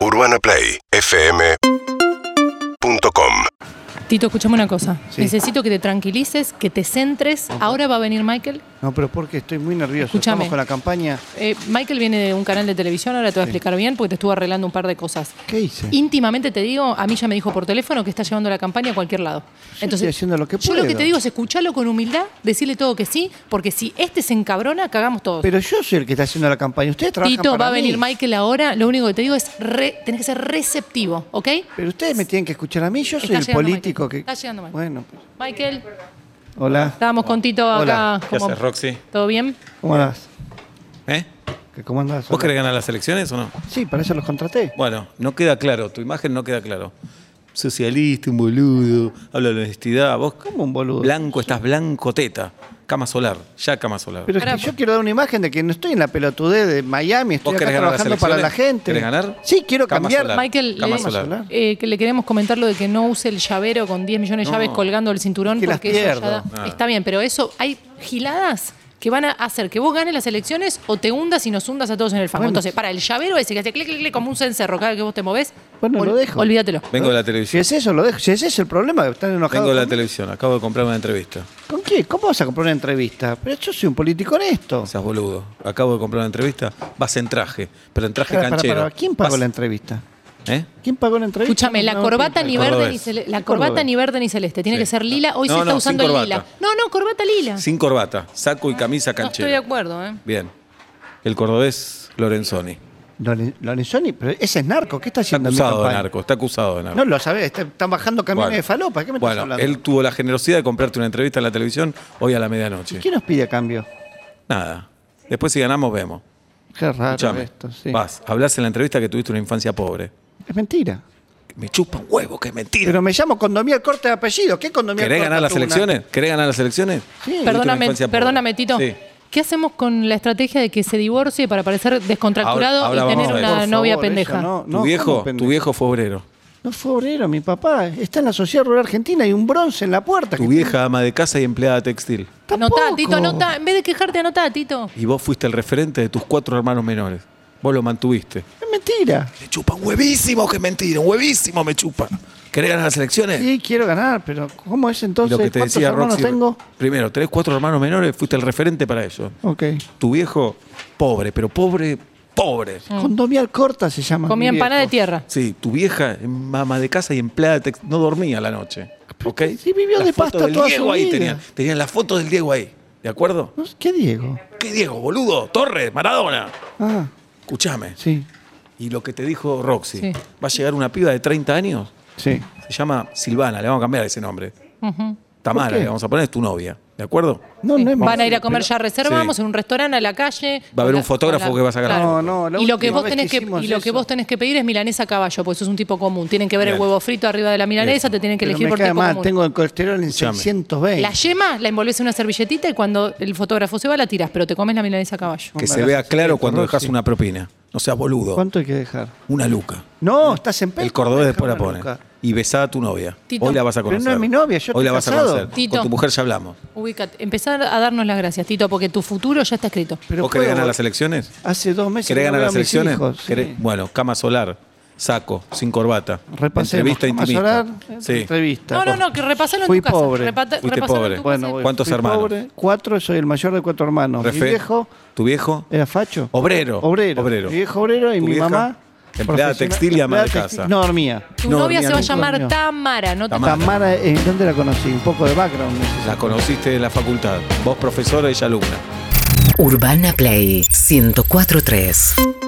UrbanaPlayFM.com. Tito, escuchame una cosa. Sí. Necesito que te tranquilices, que te centres. Ahora va a venir Michael. No, pero porque estoy muy nervioso. Escúchame. Estamos con la campaña. Michael viene de un canal de televisión, ahora te voy a explicar bien porque te estuvo arreglando un par de cosas. ¿Qué hice? Íntimamente te digo, a mí ya me dijo por teléfono que está llevando la campaña a cualquier lado. Estoy haciendo lo que yo puedo. lo que te digo es escucharlo con humildad, decirle todo que sí, porque si este se encabrona, cagamos todos. Pero yo soy el que está haciendo la campaña. Ustedes trabajan Tito, para va a mí. venir Michael ahora. Lo único que te digo es, tenés que ser receptivo, ¿ok? Pero ustedes me tienen que escuchar a mí. Yo soy Está el llegando político Michael. que... Está llegando Michael. Bueno, pues. Michael, Hola. estábamos con Tito Hola. acá. ¿Qué haces, Roxy? ¿Todo bien? ¿Cómo andás? ¿Eh? ¿Cómo andás? ¿Vos Hola. querés ganar las elecciones o no? Sí, para eso los contraté. Bueno, no queda claro, tu imagen no queda claro. Socialista, un boludo, habla de la honestidad. Vos, ¿Cómo un boludo? blanco, estás blanco teta. Cama solar, ya cama solar. Pero es que yo quiero dar una imagen de que no estoy en la pelotudez de Miami, estoy ¿Vos acá querés ganar las trabajando para la elecciones? gente. ¿Querés ganar? Sí, quiero Cama cambiar. solar. Michael, Cama le- solar. que le queremos comentar lo de que no use el llavero con 10 millones de No. llaves colgando el cinturón Que las porque eso ya pierdo. da- Está bien, pero eso hay giladas que van a hacer que vos ganes las elecciones o te hundas y nos hundas a todos en el fango. Bueno. Entonces, para el llavero ese que hace clic, clic, clic, como un cencerro cada vez que vos te movés, Bueno, lo dejo. olvídatelo. Vengo de la Si televisión. es eso, lo dejo. Si es eso el problema, que están enojados. Vengo de la conmigo. televisión, acabo de comprar una entrevista. ¿Con qué? ¿Cómo vas a comprar una entrevista? Pero yo soy un político honesto. O sea, boludo. Acabo de comprar una entrevista. Vas en traje, pero en traje Pará, canchero. ¿Quién pagó Vas- la entrevista? ¿Eh? ¿Quién pagó la entrevista? Escúchame, la No, corbata no, ni no, verde cordobés. ni celeste. La ¿Qué corbata cordobés? ni verde ni celeste. Tiene Sí. que ser lila. Hoy No, se está no, usando sin el corbata. lila. No, corbata lila. Sin corbata, saco y camisa No canchero. estoy de acuerdo, ¿eh? Bien. El cordobés Lorenzoni. Lorenzoni, pero ese es narco. ¿Qué está Está haciendo en mi acusado de campaña? narco, está acusado de narco. No lo sabés, están bajando camiones Bueno. de falopa. ¿Qué me estás Bueno, hablando? él tuvo la generosidad de comprarte una entrevista en la televisión hoy a la medianoche. ¿Qué nos pide a cambio? Nada. Después si ganamos, vemos. Qué raro Escuchame. esto, sí. Vas, hablás en la entrevista que tuviste una infancia pobre. Es mentira. Me chupa un huevo, que es mentira. Pero me llamo Condomier Corte de apellido. ¿Qué Condomier ¿Querés Corte ganar las tuvo una- elecciones? ¿Querés ganar las elecciones? Sí. Tuviste una Perdóname, infancia pobre. perdóname, Tito. Sí. ¿Qué hacemos con la estrategia de que se divorcie para parecer descontracturado Ahora y vamos tener a ver. una Por novia favor, pendeja? eso no, Tu no, viejo, ¿cómo tu pendejo? viejo fue obrero. No fue obrero, mi papá. Está en la Sociedad Rural Argentina y un bronce en la puerta. Tu vieja ama de casa y empleada textil. Tampoco. Anotá, Tito, anotá. En vez de quejarte, anotá, Tito. Y vos fuiste el referente de tus 4 hermanos menores. Vos lo mantuviste. Es mentira. Me chupa un huevísimo que es mentira, un huevísimo me chupa. ¿Querés ganar las elecciones? Sí, quiero ganar, pero ¿cómo es Y entonces? lo que te ¿Cuántos decía hermanos Roxy, tengo? primero, tenés 4 hermanos menores, fuiste el referente para ellos. Ok. Tu viejo, pobre, pero pobre. Condomier Corta se llama. Comía mi empanada de viejo. tierra. Sí, tu vieja, ama de casa y empleada textil, no dormía a la noche. ¿Ok? Sí, vivió La de foto pasta del toda Diego su ahí vida. tenían la foto del Diego ahí. ¿De acuerdo? No sé, ¿qué Diego? ¿Qué Diego, boludo? Torres, Maradona. Ah, Escuchame. sí, Y lo que te dijo Roxy, Sí. va a llegar una piba de 30 años, sí. se llama Silvana, le vamos a cambiar ese nombre. Ujú. Tamara, ¿Por qué? le vamos a poner, es tu novia. ¿De acuerdo? No, Sí. no es Van a ir a pero- comer, ya reservamos Sí. en un restaurante a la calle. Va a haber Con un fotógrafo con que va a sacar la No, foto. no, la Y lo que última vos vez tenés que, hicimos y lo que eso. vos tenés que pedir es milanesa a caballo, porque sos un tipo común. Tienen que ver el Bien. huevo frito arriba de la milanesa, te tienen que Pero elegir me por cae tipo mal, común. tengo el colesterol en Escuchame. 620. La yema la envolves en una servilletita y cuando el fotógrafo se va la tiras, pero te comes la milanesa a caballo. Que me se hagas vea así, claro esto, cuando Roxy. dejas una propina. No seas boludo. ¿Cuánto hay que dejar? Una luca. No, estás en pedo. El cordobés después la Déjame pone. nunca. Y besá a tu novia. Tito. Hoy la vas a Pero conocer. no es mi novia, yo Hoy la estoy vas a casado. conocer. Tito. Con tu mujer ya hablamos. Ubícate, empezar a darnos las gracias, Tito, porque tu futuro ya está escrito. Pero ¿Vos querés puedo- ganar las elecciones? Hace 2 meses ¿Querés que no ganar veo las a mis elecciones? hijos, sí. Bueno, cama solar, saco, sin corbata. Repasemos. Entrevista Vamos a intimista. orar, Sí. entrevista. No, que repasalo en Fui tu casa. pobre. Fuiste Repasalo pobre. en tu Bueno, casa. voy. ¿Cuántos Fui hermanos? pobre, 4, soy el mayor de 4 hermanos. Mi viejo ¿Tu viejo? era facho. Obrero. Obrero. Obrero. Mi viejo obrero y ¿Tu mi vieja? mamá. Empleada profesional- textil y ama de empleada casa. textil. No dormía. Tu No, novia se va a nunca llamar dormió. Tamara, no te Tamara. Tamara, ¿dónde la conocí? Un poco de background. necesito. La conociste en la facultad. Vos profesora y ella alumna. Urbana Play 104.3